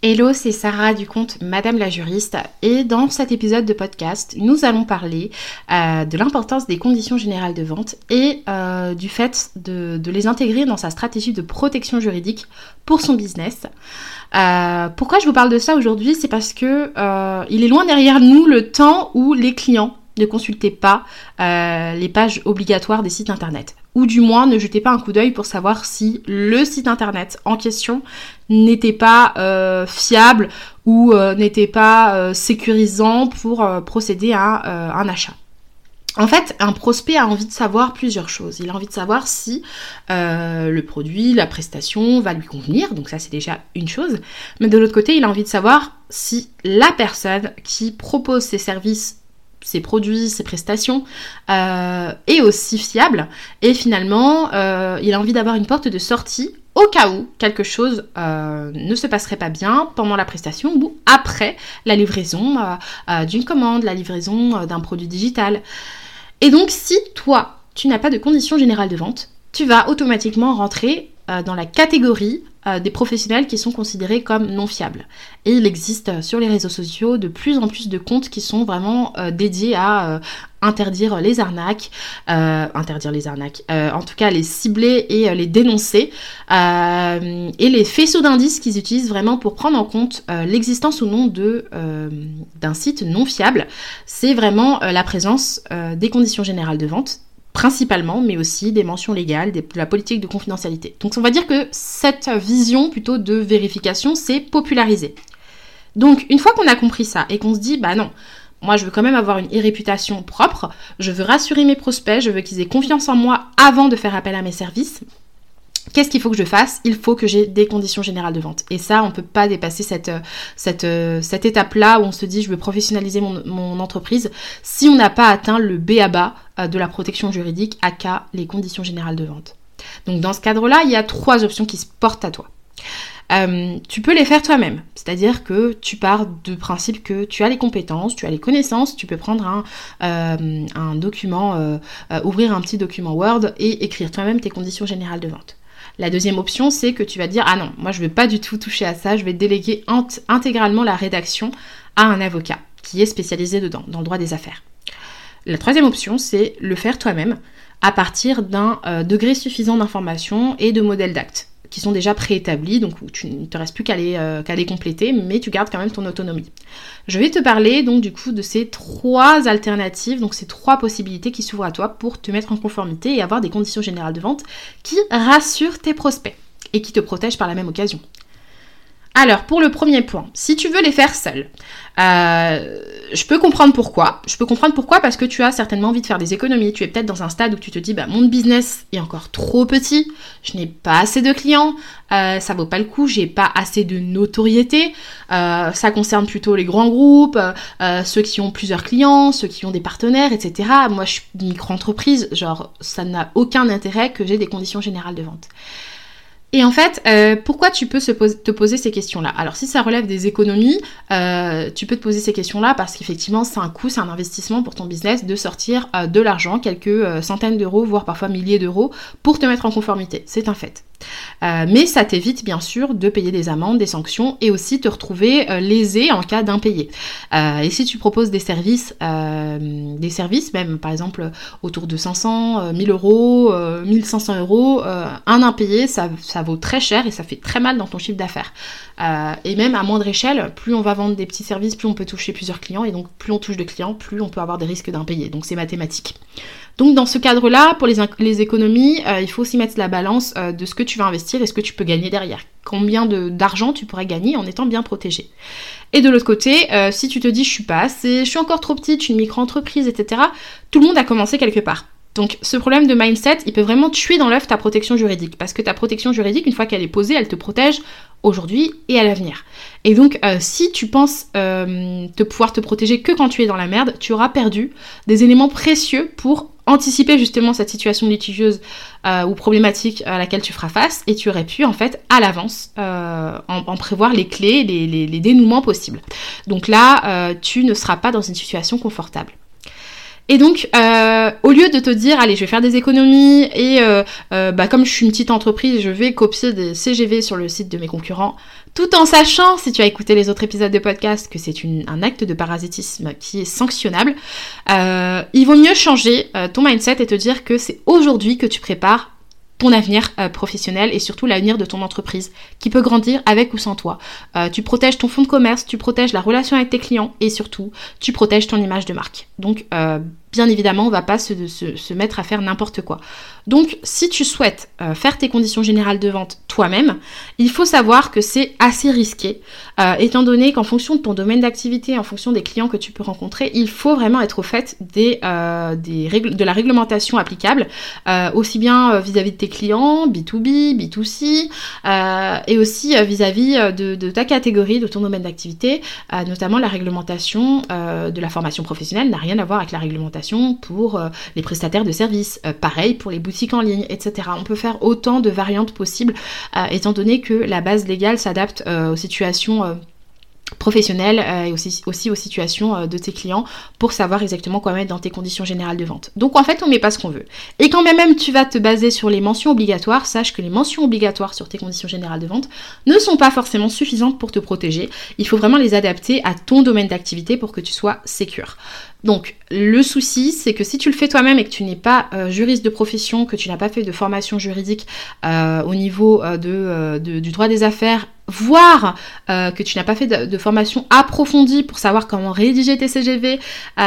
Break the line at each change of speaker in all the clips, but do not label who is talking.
Hello, c'est Sarah du compte Madame la Juriste et dans cet épisode de podcast, nous allons parler de l'importance des conditions générales de vente et du fait de les intégrer dans sa stratégie de protection juridique pour son business. Pourquoi je vous parle de ça aujourd'hui ? C'est parce que il est loin derrière nous le temps où les clients ne consultaient pas les pages obligatoires des sites internet. Ou du moins ne jetez pas un coup d'œil pour savoir si le site internet en question n'était pas fiable ou n'était pas sécurisant pour procéder à un achat. En fait, un prospect a envie de savoir plusieurs choses. Il a envie de savoir si le produit, la prestation va lui convenir, donc ça c'est déjà une chose. Mais de l'autre côté, il a envie de savoir si la personne qui propose ses services, ses produits, ses prestations, est aussi fiable. Et finalement, il a envie d'avoir une porte de sortie au cas où quelque chose ne se passerait pas bien pendant la prestation ou après la livraison d'une commande, la livraison d'un produit digital. Et donc, si toi, tu n'as pas de conditions générales de vente, tu vas automatiquement rentrer dans la catégorie des professionnels qui sont considérés comme non fiables. Et il existe sur les réseaux sociaux de plus en plus de comptes qui sont vraiment dédiés à interdire les arnaques, en tout cas les cibler et les dénoncer, et les faisceaux d'indices qu'ils utilisent vraiment pour prendre en compte l'existence ou non d'un site non fiable, c'est vraiment la présence des conditions générales de vente, principalement, mais aussi des mentions légales, de la politique de confidentialité. Donc on va dire que cette vision plutôt de vérification s'est popularisée. Donc une fois qu'on a compris ça et qu'on se dit, bah non, moi je veux quand même avoir une réputation propre, je veux rassurer mes prospects, je veux qu'ils aient confiance en moi avant de faire appel à mes services, qu'est-ce qu'il faut que je fasse ? Il faut que j'ai des conditions générales de vente. Et ça, on ne peut pas dépasser cette étape-là où on se dit je veux professionnaliser mon entreprise si on n'a pas atteint le b.a.-ba de la protection juridique, aka les conditions générales de vente. Donc dans ce cadre-là, il y a 3 options qui se portent à toi. Tu peux les faire toi-même, c'est-à-dire que tu pars du principe que tu as les compétences, tu as les connaissances, tu peux prendre un document, ouvrir un petit document Word et écrire toi-même tes conditions générales de vente. La deuxième option, c'est que tu vas dire « Ah non, moi je ne veux pas du tout toucher à ça, je vais déléguer intégralement la rédaction à un avocat qui est spécialisé dedans, dans le droit des affaires. » La troisième option, c'est le faire toi-même à partir d'un degré suffisant d'information et de modèles d'actes qui sont déjà préétablis, donc où tu ne te reste plus qu'à les compléter, mais tu gardes quand même ton autonomie. Je vais te parler donc du coup de ces 3 alternatives, donc ces 3 possibilités qui s'ouvrent à toi pour te mettre en conformité et avoir des conditions générales de vente qui rassurent tes prospects et qui te protègent par la même occasion. Alors, pour le premier point, si tu veux les faire seul, je peux comprendre pourquoi. Je peux comprendre pourquoi parce que tu as certainement envie de faire des économies. Tu es peut-être dans un stade où tu te dis, bah, mon business est encore trop petit, je n'ai pas assez de clients, ça vaut pas le coup, j'ai pas assez de notoriété. Ça concerne plutôt les grands groupes, ceux qui ont plusieurs clients, ceux qui ont des partenaires, etc. Moi, je suis une micro-entreprise, genre, ça n'a aucun intérêt que j'ai des conditions générales de vente. Et en fait, pourquoi tu peux te poser ces questions-là ? Alors si ça relève des économies, tu peux te poser ces questions-là parce qu'effectivement c'est un coût, c'est un investissement pour ton business de sortir de l'argent, quelques centaines d'euros, voire parfois milliers d'euros pour te mettre en conformité, c'est un fait. Mais ça t'évite bien sûr de payer des amendes, des sanctions et aussi te retrouver lésé en cas d'impayé. Et si tu proposes des services même par exemple autour de 500, 1000 euros, 1500 euros, un impayé ça vaut très cher et ça fait très mal dans ton chiffre d'affaires. Et même à moindre échelle, plus on va vendre des petits services, plus on peut toucher plusieurs clients et donc plus on touche de clients, plus on peut avoir des risques d'impayés. Donc c'est mathématique. Donc dans ce cadre-là, pour les économies, il faut aussi mettre la balance de ce que tu vas investir et ce que tu peux gagner derrière. Combien d'argent tu pourrais gagner en étant bien protégé. Et de l'autre côté, si tu te dis je suis pas assez, je suis encore trop petite, je suis une micro-entreprise, etc. Tout le monde a commencé quelque part. Donc ce problème de mindset, il peut vraiment tuer dans l'œuf ta protection juridique. Parce que ta protection juridique, une fois qu'elle est posée, elle te protège aujourd'hui et à l'avenir. Et donc si tu penses te pouvoir te protéger que quand tu es dans la merde, tu auras perdu des éléments précieux pour anticiper justement cette situation litigieuse ou problématique à laquelle tu feras face, et tu aurais pu en fait à l'avance en prévoir les clés, les dénouements possibles. Donc là, tu ne seras pas dans une situation confortable. Et donc, au lieu de te dire, allez, je vais faire des économies et comme je suis une petite entreprise, je vais copier des CGV sur le site de mes concurrents, tout en sachant, si tu as écouté les autres épisodes de podcast, que c'est un acte de parasitisme qui est sanctionnable, il vaut mieux changer ton mindset et te dire que c'est aujourd'hui que tu prépares ton avenir professionnel et surtout l'avenir de ton entreprise qui peut grandir avec ou sans toi. Tu protèges ton fonds de commerce, tu protèges la relation avec tes clients et surtout, tu protèges ton image de marque. Donc, bien évidemment, on va pas se mettre à faire n'importe quoi. Donc, si tu souhaites faire tes conditions générales de vente toi-même, il faut savoir que c'est assez risqué, étant donné qu'en fonction de ton domaine d'activité, en fonction des clients que tu peux rencontrer, il faut vraiment être au fait de la réglementation applicable, aussi bien vis-à-vis de tes clients, B2B, B2C, et aussi vis-à-vis de ta catégorie, de ton domaine d'activité, notamment la réglementation de la formation professionnelle n'a rien à voir avec la réglementation pour les prestataires de services, pareil pour les boutiques en ligne, etc. On peut faire autant de variantes possibles, étant donné que la base légale s'adapte aux situations professionnelles et aussi aux situations de tes clients pour savoir exactement quoi mettre dans tes conditions générales de vente. Donc en fait, on met pas ce qu'on veut. Et quand même tu vas te baser sur les mentions obligatoires, sache que les mentions obligatoires sur tes conditions générales de vente ne sont pas forcément suffisantes pour te protéger. Il faut vraiment les adapter à ton domaine d'activité pour que tu sois sécure. Donc, le souci, c'est que si tu le fais toi-même et que tu n'es pas juriste de profession, que tu n'as pas fait de formation juridique au niveau du droit des affaires, voire que tu n'as pas fait de formation approfondie pour savoir comment rédiger tes CGV,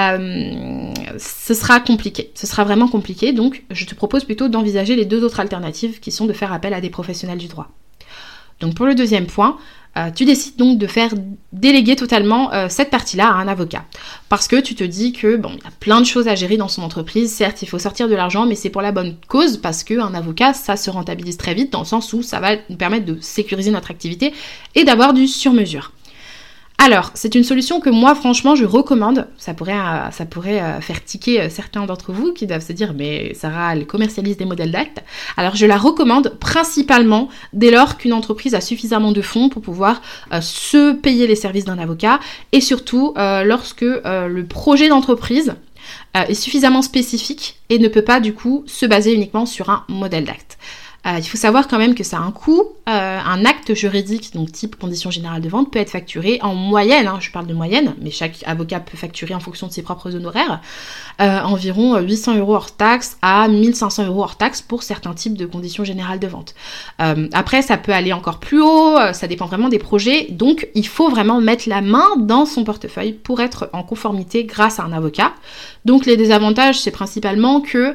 ce sera compliqué. Ce sera vraiment compliqué. Donc, je te propose plutôt d'envisager les deux autres alternatives qui sont de faire appel à des professionnels du droit. Donc, pour le deuxième point, tu décides donc de faire déléguer totalement cette partie-là à un avocat. Parce que tu te dis que, bon, il y a plein de choses à gérer dans son entreprise. Certes, il faut sortir de l'argent, mais c'est pour la bonne cause parce qu'un avocat, ça se rentabilise très vite dans le sens où ça va nous permettre de sécuriser notre activité et d'avoir du sur-mesure. Alors, c'est une solution que moi, franchement, je recommande. Ça pourrait faire tiquer certains d'entre vous qui doivent se dire « Mais Sarah, elle commercialise des modèles d'actes ». Alors, je la recommande principalement dès lors qu'une entreprise a suffisamment de fonds pour pouvoir se payer les services d'un avocat et surtout lorsque le projet d'entreprise est suffisamment spécifique et ne peut pas du coup se baser uniquement sur un modèle d'acte. Il faut savoir quand même que ça a un coût. Un acte juridique, donc type conditions générales de vente, peut être facturé en moyenne, je parle de moyenne, mais chaque avocat peut facturer en fonction de ses propres honoraires, environ 800 € hors taxe à 1500 € hors taxe pour certains types de conditions générales de vente. Après, ça peut aller encore plus haut, ça dépend vraiment des projets, donc il faut vraiment mettre la main dans son portefeuille pour être en conformité grâce à un avocat. Donc les désavantages, c'est principalement que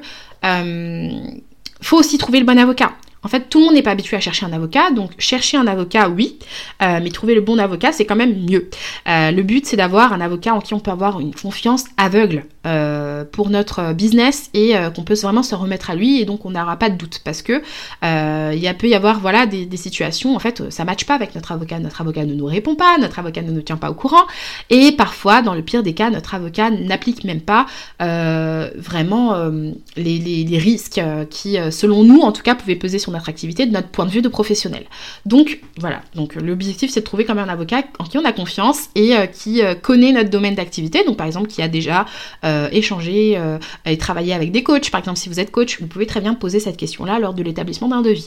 faut aussi trouver le bon avocat. En fait, tout le monde n'est pas habitué à chercher un avocat, donc chercher un avocat, oui, mais trouver le bon avocat, c'est quand même mieux. Le but, c'est d'avoir un avocat en qui on peut avoir une confiance aveugle pour notre business et qu'on peut vraiment se remettre à lui et donc on n'aura pas de doute parce que peut y avoir des situations, en fait, ça ne matche pas avec notre avocat ne nous répond pas, notre avocat ne nous tient pas au courant et parfois, dans le pire des cas, notre avocat n'applique même pas vraiment les risques qui, selon nous, en tout cas, pouvaient peser sur notre activité de notre point de vue de professionnel. Donc voilà, donc l'objectif c'est de trouver quand même un avocat en qui on a confiance et qui connaît notre domaine d'activité, donc par exemple qui a déjà échangé et travaillé avec des coachs. Par exemple, si vous êtes coach, vous pouvez très bien poser cette question-là lors de l'établissement d'un devis.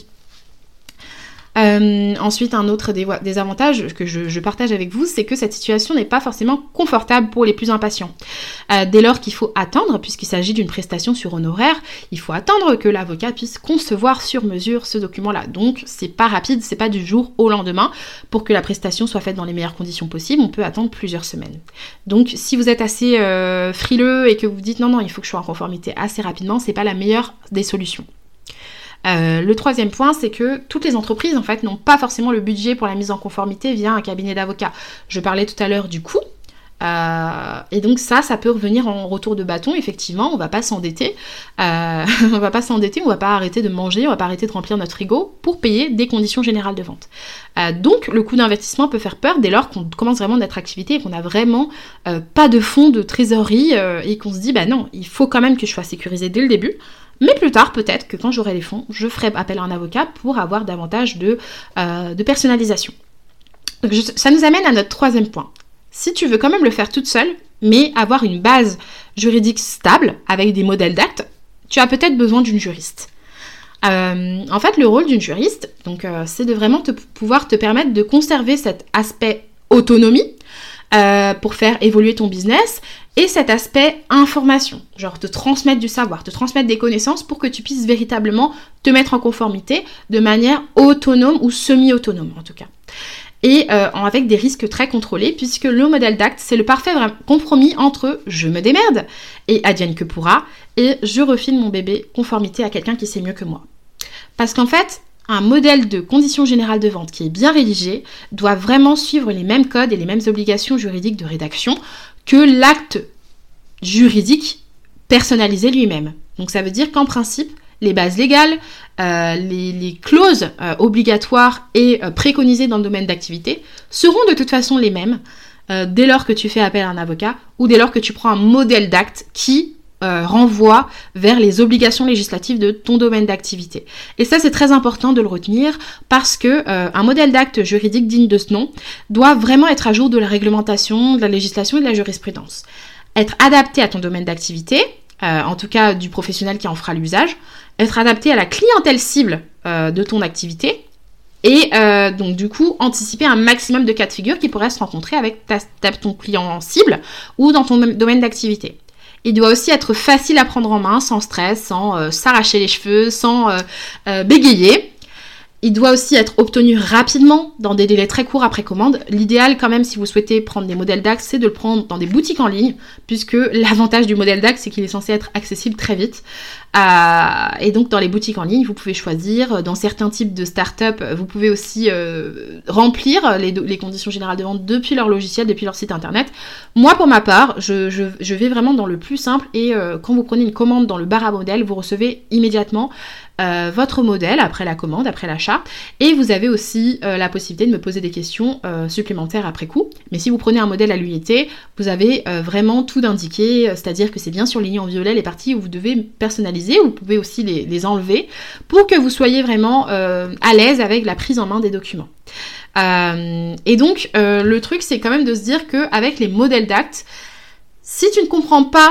Ensuite, un autre des avantages que je partage avec vous, c'est que cette situation n'est pas forcément confortable pour les plus impatients. Dès lors qu'il faut attendre, puisqu'il s'agit d'une prestation sur honoraire, il faut attendre que l'avocat puisse concevoir sur mesure ce document-là. Donc, c'est pas rapide, c'est pas du jour au lendemain. Pour que la prestation soit faite dans les meilleures conditions possibles, on peut attendre plusieurs semaines. Donc, si vous êtes assez frileux et que vous vous dites non, il faut que je sois en conformité assez rapidement, c'est pas la meilleure des solutions. Le troisième point, c'est que toutes les entreprises en fait n'ont pas forcément le budget pour la mise en conformité via un cabinet d'avocats. Je parlais tout à l'heure du coût. Et donc ça peut revenir en retour de bâton, effectivement, on va pas s'endetter, on va pas arrêter de manger, on va pas arrêter de remplir notre frigo pour payer des conditions générales de vente. Donc le coût d'investissement peut faire peur dès lors qu'on commence vraiment notre activité et qu'on a vraiment pas de fonds de trésorerie et qu'on se dit non, il faut quand même que je sois sécurisée dès le début. Mais plus tard, peut-être que quand j'aurai les fonds, je ferai appel à un avocat pour avoir davantage de personnalisation. Donc ça nous amène à notre troisième point. Si tu veux quand même le faire toute seule, mais avoir une base juridique stable avec des modèles d'actes, tu as peut-être besoin d'une juriste. En fait, le rôle d'une juriste, donc, c'est de vraiment pouvoir te permettre de conserver cet aspect autonomie pour faire évoluer ton business et cet aspect information, genre te transmettre du savoir, te transmettre des connaissances pour que tu puisses véritablement te mettre en conformité de manière autonome ou semi-autonome en tout cas. Et avec des risques très contrôlés, puisque le modèle d'acte, c'est le parfait compromis entre je me démerde et advienne que pourra, et je refile mon bébé conformité à quelqu'un qui sait mieux que moi. Parce qu'en fait, un modèle de conditions générales de vente qui est bien rédigé doit vraiment suivre les mêmes codes et les mêmes obligations juridiques de rédaction que l'acte juridique personnalisé lui-même. Donc ça veut dire qu'en principe, les bases légales, les clauses obligatoires et préconisées dans le domaine d'activité seront de toute façon les mêmes dès lors que tu fais appel à un avocat ou dès lors que tu prends un modèle d'acte qui renvoie vers les obligations législatives de ton domaine d'activité. Et ça, c'est très important de le retenir parce que un modèle d'acte juridique digne de ce nom doit vraiment être à jour de la réglementation, de la législation et de la jurisprudence. Être adapté à ton domaine d'activité, en tout cas du professionnel qui en fera l'usage, être adapté à la clientèle cible de ton activité et donc du coup anticiper un maximum de cas de figure qui pourraient se rencontrer avec ton client cible ou dans ton domaine d'activité. Il doit aussi être facile à prendre en main, sans stress, sans s'arracher les cheveux, sans bégayer. Il doit aussi être obtenu rapidement, dans des délais très courts après commande. L'idéal quand même, si vous souhaitez prendre des modèles d'actes, c'est de le prendre dans des boutiques en ligne, puisque l'avantage du modèle d'acte, c'est qu'il est censé être accessible très vite. Et donc dans les boutiques en ligne, vous pouvez choisir. Dans certains types de start-up, vous pouvez aussi remplir les conditions générales de vente depuis leur logiciel, depuis leur site internet. Moi, pour ma part, je vais vraiment dans le plus simple et quand vous prenez une commande dans le bar à modèles, vous recevez immédiatement votre modèle après la commande, après l'achat, et vous avez aussi la possibilité de me poser des questions supplémentaires après coup. Mais si vous prenez un modèle à l'unité, vous avez vraiment tout d'indiqué, c'est-à-dire que c'est bien surligné en violet les parties où vous devez personnaliser, vous pouvez aussi les enlever pour que vous soyez vraiment à l'aise avec la prise en main des documents. Et donc le truc, c'est quand même de se dire qu'avec les modèles d'actes, si tu ne comprends pas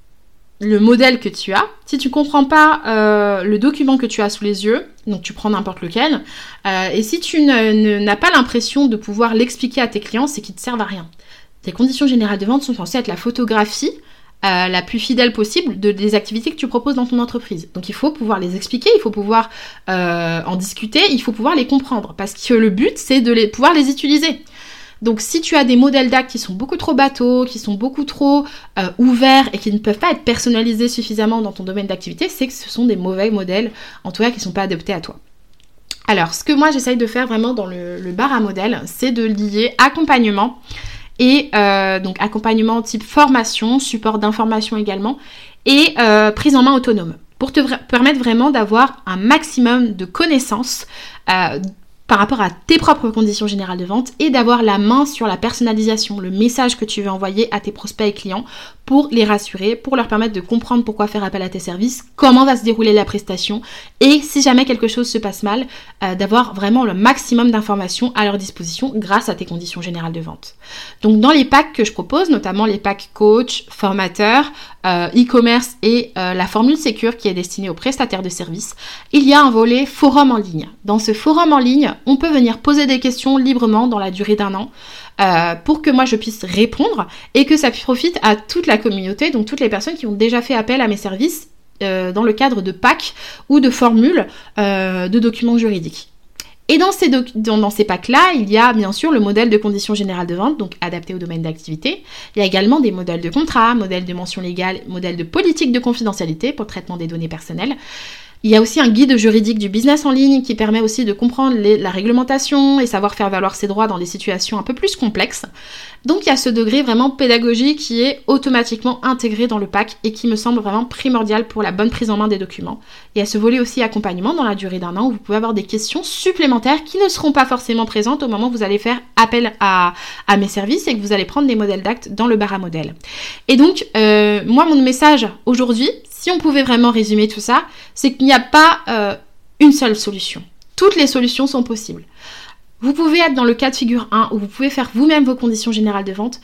le modèle que tu as, si tu comprends pas le document que tu as sous les yeux, donc tu prends n'importe lequel, et si tu n'as pas l'impression de pouvoir l'expliquer à tes clients, c'est qu'ils ne te servent à rien. Tes conditions générales de vente sont censées être la photographie la plus fidèle possible des activités que tu proposes dans ton entreprise. Donc il faut pouvoir les expliquer, il faut pouvoir en discuter, il faut pouvoir les comprendre, parce que le but, c'est de pouvoir les utiliser. Donc si tu as des modèles d'actes qui sont beaucoup trop bateaux, qui sont beaucoup trop ouverts et qui ne peuvent pas être personnalisés suffisamment dans ton domaine d'activité, c'est que ce sont des mauvais modèles, en tout cas qui ne sont pas adaptés à toi. Alors ce que moi j'essaye de faire vraiment dans le bar à modèles, c'est de lier accompagnement et donc accompagnement type formation, support d'information également, et prise en main autonome, pour te permettre vraiment d'avoir un maximum de connaissances par rapport à tes propres conditions générales de vente et d'avoir la main sur la personnalisation, le message que tu veux envoyer à tes prospects et clients pour les rassurer, pour leur permettre de comprendre pourquoi faire appel à tes services, comment va se dérouler la prestation et si jamais quelque chose se passe mal, d'avoir vraiment le maximum d'informations à leur disposition grâce à tes conditions générales de vente. Donc dans les packs que je propose, notamment les packs coach, formateur, e-commerce et la formule Sécure qui est destinée aux prestataires de services, il y a un volet forum en ligne. Dans ce forum en ligne, on peut venir poser des questions librement dans la durée d'1 an pour que moi je puisse répondre et que ça profite à toute la communauté, donc toutes les personnes qui ont déjà fait appel à mes services dans le cadre de packs ou de formules de documents juridiques. Et dans ces packs-là, il y a bien sûr le modèle de conditions générales de vente, donc adapté au domaine d'activité. Il y a également des modèles de contrat, modèles de mention légale, modèles de politique de confidentialité pour le traitement des données personnelles. Il y a aussi un guide juridique du business en ligne qui permet aussi de comprendre la réglementation et savoir faire valoir ses droits dans des situations un peu plus complexes. Donc il y a ce degré vraiment pédagogique qui est automatiquement intégré dans le pack et qui me semble vraiment primordial pour la bonne prise en main des documents. Il y a ce volet aussi accompagnement dans la durée d'1 an où vous pouvez avoir des questions supplémentaires qui ne seront pas forcément présentes au moment où vous allez faire appel à mes services et que vous allez prendre des modèles d'actes dans le bar à modèles. Et donc moi mon message aujourd'hui, si on pouvait vraiment résumer tout ça, c'est qu'il n'y a pas une seule solution. Toutes les solutions sont possibles. Vous pouvez être dans le cas de figure 1 où vous pouvez faire vous-même vos conditions générales de vente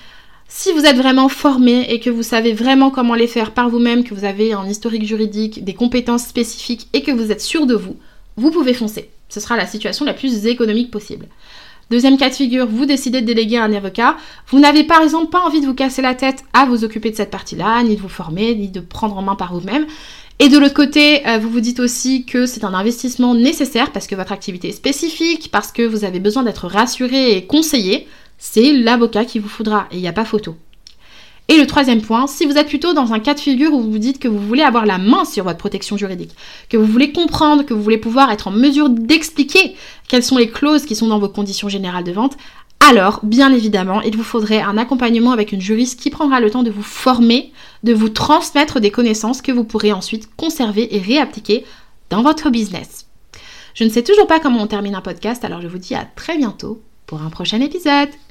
Si vous êtes vraiment formé et que vous savez vraiment comment les faire par vous-même, que vous avez un historique juridique, des compétences spécifiques et que vous êtes sûr de vous, vous pouvez foncer. Ce sera la situation la plus économique possible. Deuxième cas de figure, vous décidez de déléguer à un avocat. Vous n'avez par exemple pas envie de vous casser la tête à vous occuper de cette partie-là, ni de vous former, ni de prendre en main par vous-même. Et de l'autre côté, vous vous dites aussi que c'est un investissement nécessaire parce que votre activité est spécifique, parce que vous avez besoin d'être rassuré et conseillé. C'est l'avocat qui vous faudra et il n'y a pas photo. Et le troisième point, si vous êtes plutôt dans un cas de figure où vous vous dites que vous voulez avoir la main sur votre protection juridique, que vous voulez comprendre, que vous voulez pouvoir être en mesure d'expliquer quelles sont les clauses qui sont dans vos conditions générales de vente, alors, bien évidemment, il vous faudrait un accompagnement avec une juriste qui prendra le temps de vous former, de vous transmettre des connaissances que vous pourrez ensuite conserver et réappliquer dans votre business. Je ne sais toujours pas comment on termine un podcast, alors je vous dis à très bientôt pour un prochain épisode.